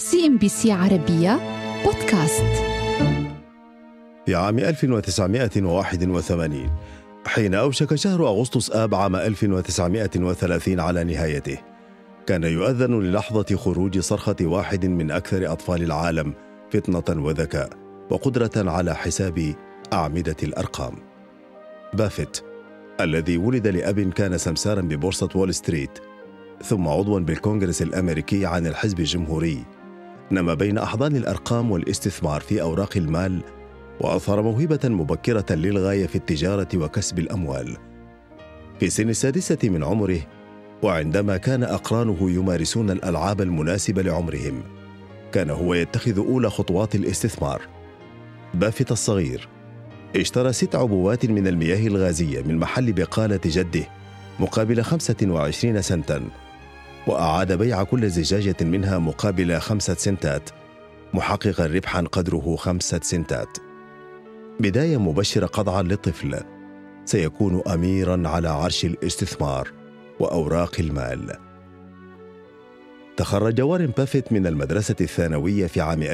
CNBC عربية بودكاست. في عام 1981 حين أوشك شهر أغسطس آب عام 1930 على نهايته، كان يؤذن للحظة خروج صرخة واحد من أكثر أطفال العالم فطنة وذكاء وقدرة على حساب أعمدة الأرقام. بافيت الذي ولد لأب كان سمسارا ببورصة وول ستريت ثم عضوا بالكونغرس الأمريكي عن الحزب الجمهوري، نما بين أحضان الأرقام والاستثمار في أوراق المال، وأظهر موهبة مبكرة للغاية في التجارة وكسب الأموال. في سن السادسة من عمره، وعندما كان أقرانه يمارسون الألعاب المناسبة لعمرهم، كان هو يتخذ أولى خطوات الاستثمار. بافيت الصغير اشترى 6 عبوات من المياه الغازية من محل بقالة جده مقابل 25 سنتاً، وأعاد بيع كل زجاجة منها مقابل 5 سنتات، محققا ربحا قدره 5 سنتات. بداية مبشرة قطعا للطفل سيكون أميرا على عرش الاستثمار وأوراق المال. تخرج وارن بافيت من المدرسة الثانوية في عام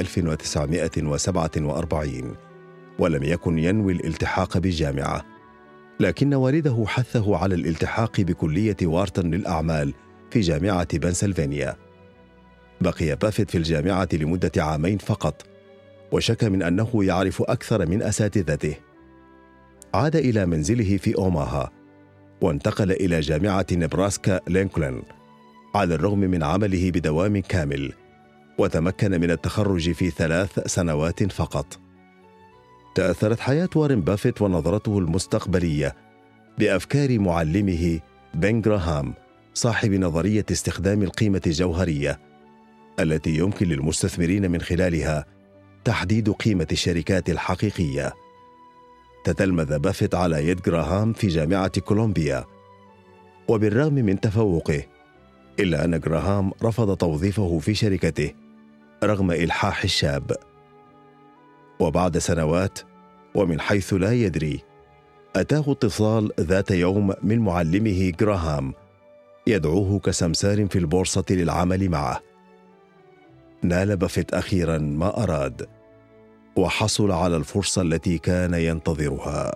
1947 ولم يكن ينوي الالتحاق بالجامعة، لكن والده حثه على الالتحاق بكلية وارتون للأعمال في جامعة بنسلفانيا. بقي بافيت في الجامعة لمدة 2 عام فقط، وشكى من أنه يعرف أكثر من أساتذته. عاد إلى منزله في أوماها وانتقل إلى جامعة نبراسكا لينكولن على الرغم من عمله بدوام كامل، وتمكن من التخرج في 3 سنوات فقط. تأثرت حياة وارن بافيت ونظرته المستقبلية بأفكار معلمه بن غراهام، صاحب نظرية استخدام القيمة الجوهرية التي يمكن للمستثمرين من خلالها تحديد قيمة الشركات الحقيقية. تتلمذ بافيت على يد غراهام في جامعة كولومبيا، وبالرغم من تفوقه إلا أن غراهام رفض توظيفه في شركته رغم إلحاح الشاب. وبعد سنوات ومن حيث لا يدري، أتاه اتصال ذات يوم من معلمه غراهام يدعوه كسمسار في البورصة للعمل معه. نال بافيت أخيرا ما أراد، وحصل على الفرصة التي كان ينتظرها.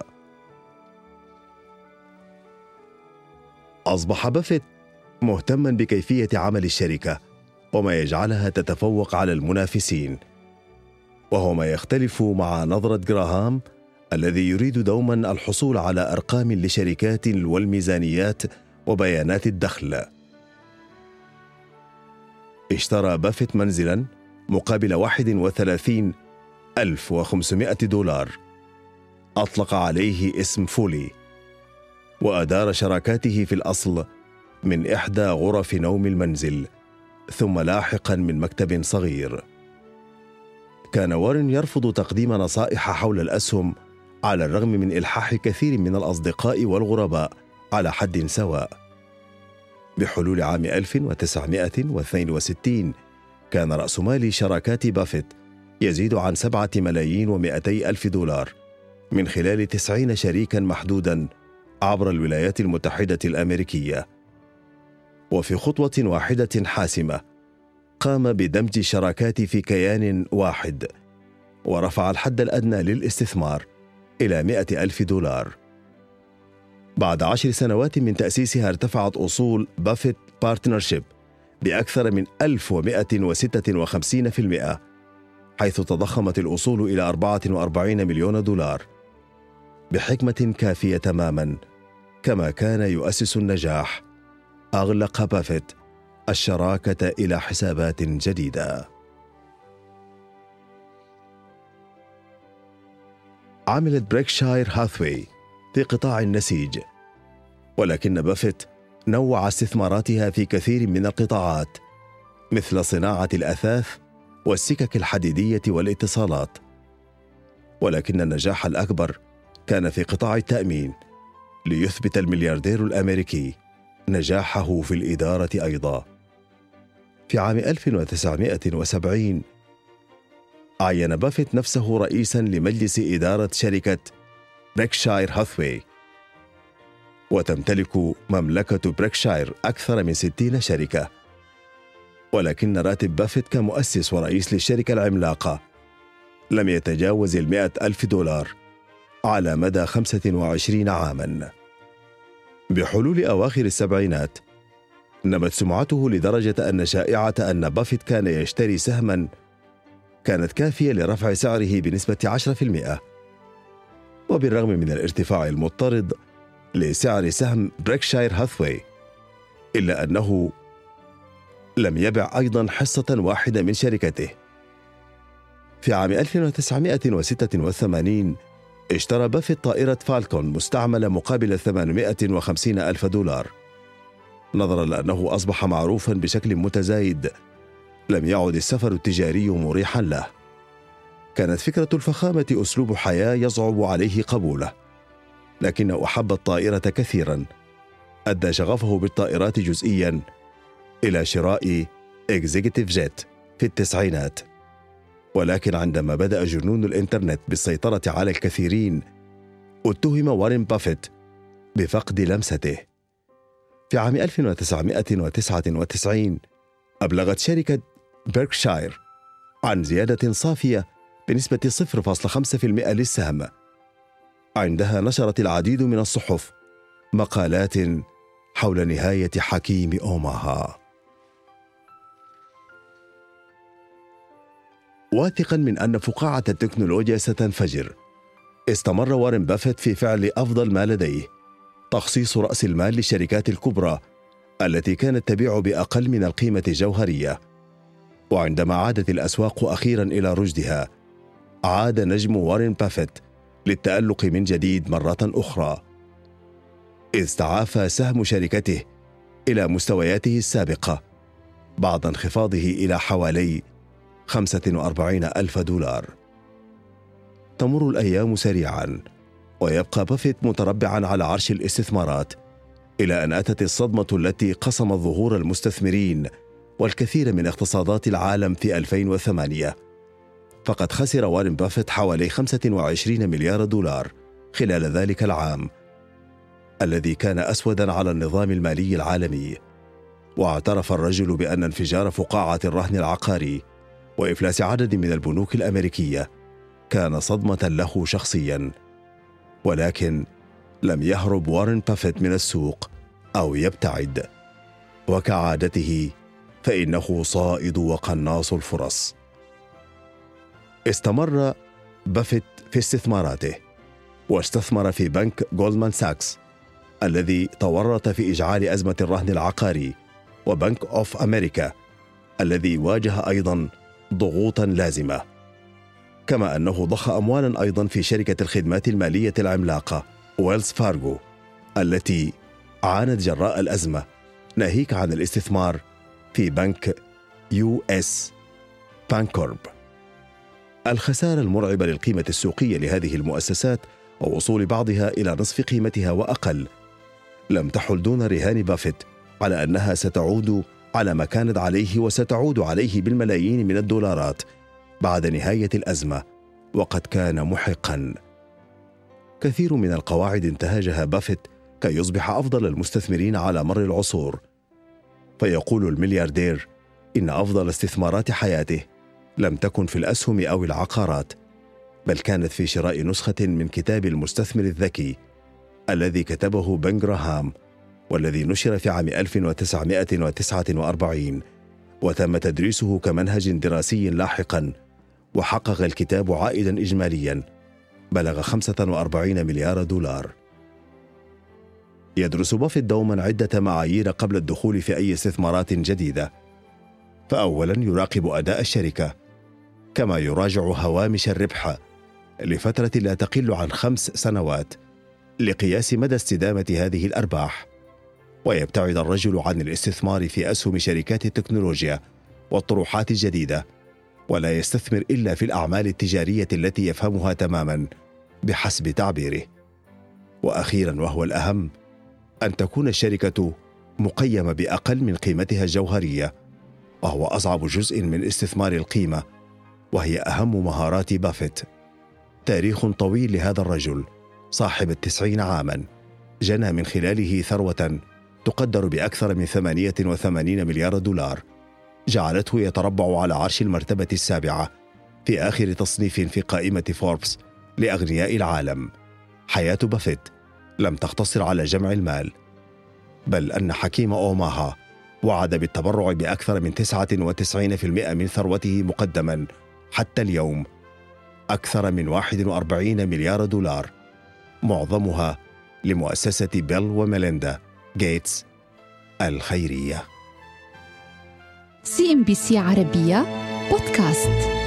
أصبح بافيت مهتما بكيفية عمل الشركة وما يجعلها تتفوق على المنافسين، وهو ما يختلف مع نظرة غراهام الذي يريد دوما الحصول على أرقام لشركات والميزانيات وبيانات الدخل. اشترى بافيت منزلا مقابل 31,500 دولار، أطلق عليه اسم فولي، وأدار شراكاته في الأصل من إحدى غرف نوم المنزل، ثم لاحقا من مكتب صغير. كان وارن يرفض تقديم نصائح حول الأسهم على الرغم من إلحاح كثير من الأصدقاء والغرباء على حد سواء. بحلول عام 1962 كان رأس مال شراكات بافيت يزيد عن 7,200,000 دولار من خلال 90 شريكا محدودا عبر الولايات المتحدة الأمريكية. وفي خطوة واحدة حاسمة قام بدمج الشراكات في كيان واحد، ورفع الحد الأدنى للاستثمار إلى 100,000 دولار. بعد 10 سنوات من تأسيسها ارتفعت أصول بافيت بارتنرشيب بأكثر من 1156%، حيث تضخمت الأصول إلى 44 مليون دولار بحكمة كافية تماما. كما كان يؤسس النجاح، أغلق بافيت الشراكة إلى حسابات جديدة. عملت بريكشاير هاثواي في قطاع النسيج، ولكن بافيت نوع استثماراتها في كثير من القطاعات مثل صناعة الأثاث والسكك الحديدية والاتصالات. ولكن النجاح الأكبر كان في قطاع التأمين، ليثبت الملياردير الأمريكي نجاحه في الإدارة أيضا. في عام 1970 عين بافيت نفسه رئيسا لمجلس إدارة شركة بريكشاير هاثواي، وتمتلك مملكة بريكشاير أكثر من 60 شركة. ولكن راتب بافيت كمؤسس ورئيس للشركة العملاقة لم يتجاوز $100,000 على مدى 25 عاماً. بحلول أواخر السبعينات نمت سمعته لدرجة أن شائعة أن بافيت كان يشتري سهماً كانت كافية لرفع سعره بنسبة 10%. وبالرغم من الارتفاع المضطرد لسعر سهم بريكشاير هاثواي، إلا أنه لم يبع أيضاً حصة واحدة من شركته. في عام 1986 اشترى بافيت طائرة فالكون مستعملة مقابل $850,000. نظراً لأنه أصبح معروفاً بشكل متزايد، لم يعد السفر التجاري مريحاً له. كانت فكرة الفخامة أسلوب حياة يصعب عليه قبوله، لكنه أحب الطائرة كثيراً. أدى شغفه بالطائرات جزئياً إلى شراء إكزيكتيف جيت في التسعينات. ولكن عندما بدأ جنون الإنترنت بالسيطرة على الكثيرين، اتهم وارين بافيت بفقد لمسته. في عام 1999 أبلغت شركة بيركشاير عن زيادة صافية بنسبة 0.5% للسهم. عندها نشرت العديد من الصحف مقالات حول نهاية حكيم أوماها. واثقا من أن فقاعة التكنولوجيا ستنفجر، استمر وارين بافيت في فعل أفضل ما لديه: تخصيص رأس المال للشركات الكبرى التي كانت تبيع بأقل من القيمة الجوهرية. وعندما عادت الأسواق أخيرا إلى رشدها، عاد نجم وارين بافيت للتألق من جديد مرة أخرى، إذ تعافى سهم شركته إلى مستوياته السابقة بعد انخفاضه إلى حوالي $45,000. تمر الأيام سريعا، ويبقى بافيت متربعا على عرش الاستثمارات، إلى أن أتت الصدمة التي قصمت ظهور المستثمرين والكثير من اقتصادات العالم في 2008. فقد خسر وارين بافيت حوالي $25 مليار خلال ذلك العام، الذي كان أسوداً على النظام المالي العالمي. واعترف الرجل بأن انفجار فقاعة الرهن العقاري وإفلاس عدد من البنوك الأمريكية كان صدمة له شخصياً. ولكن لم يهرب وارين بافيت من السوق أو يبتعد، وكعادته فإنه صائد وقناص الفرص. استمر بافيت في استثماراته، واستثمر في بنك جولدمان ساكس الذي تورط في إجعال أزمة الرهن العقاري، وبنك أوف أمريكا الذي واجه أيضا ضغوطا لازمة، كما أنه ضخ أموالا أيضا في شركة الخدمات المالية العملاقة ويلز فارغو التي عانت جراء الأزمة، ناهيك عن الاستثمار في بنك US بانكورب. الخسارة المرعبة للقيمة السوقية لهذه المؤسسات ووصول بعضها إلى نصف قيمتها وأقل لم تحل دون رهان بافيت على أنها ستعود على ما كانت عليه، وستعود عليه بالملايين من الدولارات بعد نهاية الأزمة، وقد كان محقا. كثير من القواعد انتهجها بافيت كي يصبح أفضل المستثمرين على مر العصور. فيقول الملياردير إن أفضل استثمارات حياته لم تكن في الأسهم أو العقارات، بل كانت في شراء نسخة من كتاب المستثمر الذكي الذي كتبه بن غراهام، والذي نشر في عام 1949 وتم تدريسه كمنهج دراسي لاحقا، وحقق الكتاب عائدا إجماليا بلغ $45 مليار. يدرس بافيت دوما عدة معايير قبل الدخول في أي استثمارات جديدة. فأولا يراقب أداء الشركة، كما يراجع هوامش الربح لفترة لا تقل عن 5 سنوات لقياس مدى استدامة هذه الأرباح. ويبتعد الرجل عن الاستثمار في أسهم شركات التكنولوجيا والطروحات الجديدة، ولا يستثمر إلا في الأعمال التجارية التي يفهمها تماما بحسب تعبيره. وأخيرا وهو الأهم، أن تكون الشركة مقيمة بأقل من قيمتها الجوهرية، وهو أصعب جزء من استثمار القيمة، وهي أهم مهارات بافيت. تاريخ طويل لهذا الرجل صاحب 90 عاما، جنى من خلاله ثروة تقدر بأكثر من $88 مليار، جعلته يتربع على عرش المرتبة السابعة في آخر تصنيف في قائمة فوربس لأغنياء العالم. حياة بافيت لم تقتصر على جمع المال، بل أن حكيم أوماها وعد بالتبرع بأكثر من 99% من ثروته مقدما حتى اليوم، أكثر من 41 مليار دولار، معظمها لمؤسسة بيل وميليندا غيتس الخيرية. CNBC عربية بودكاست.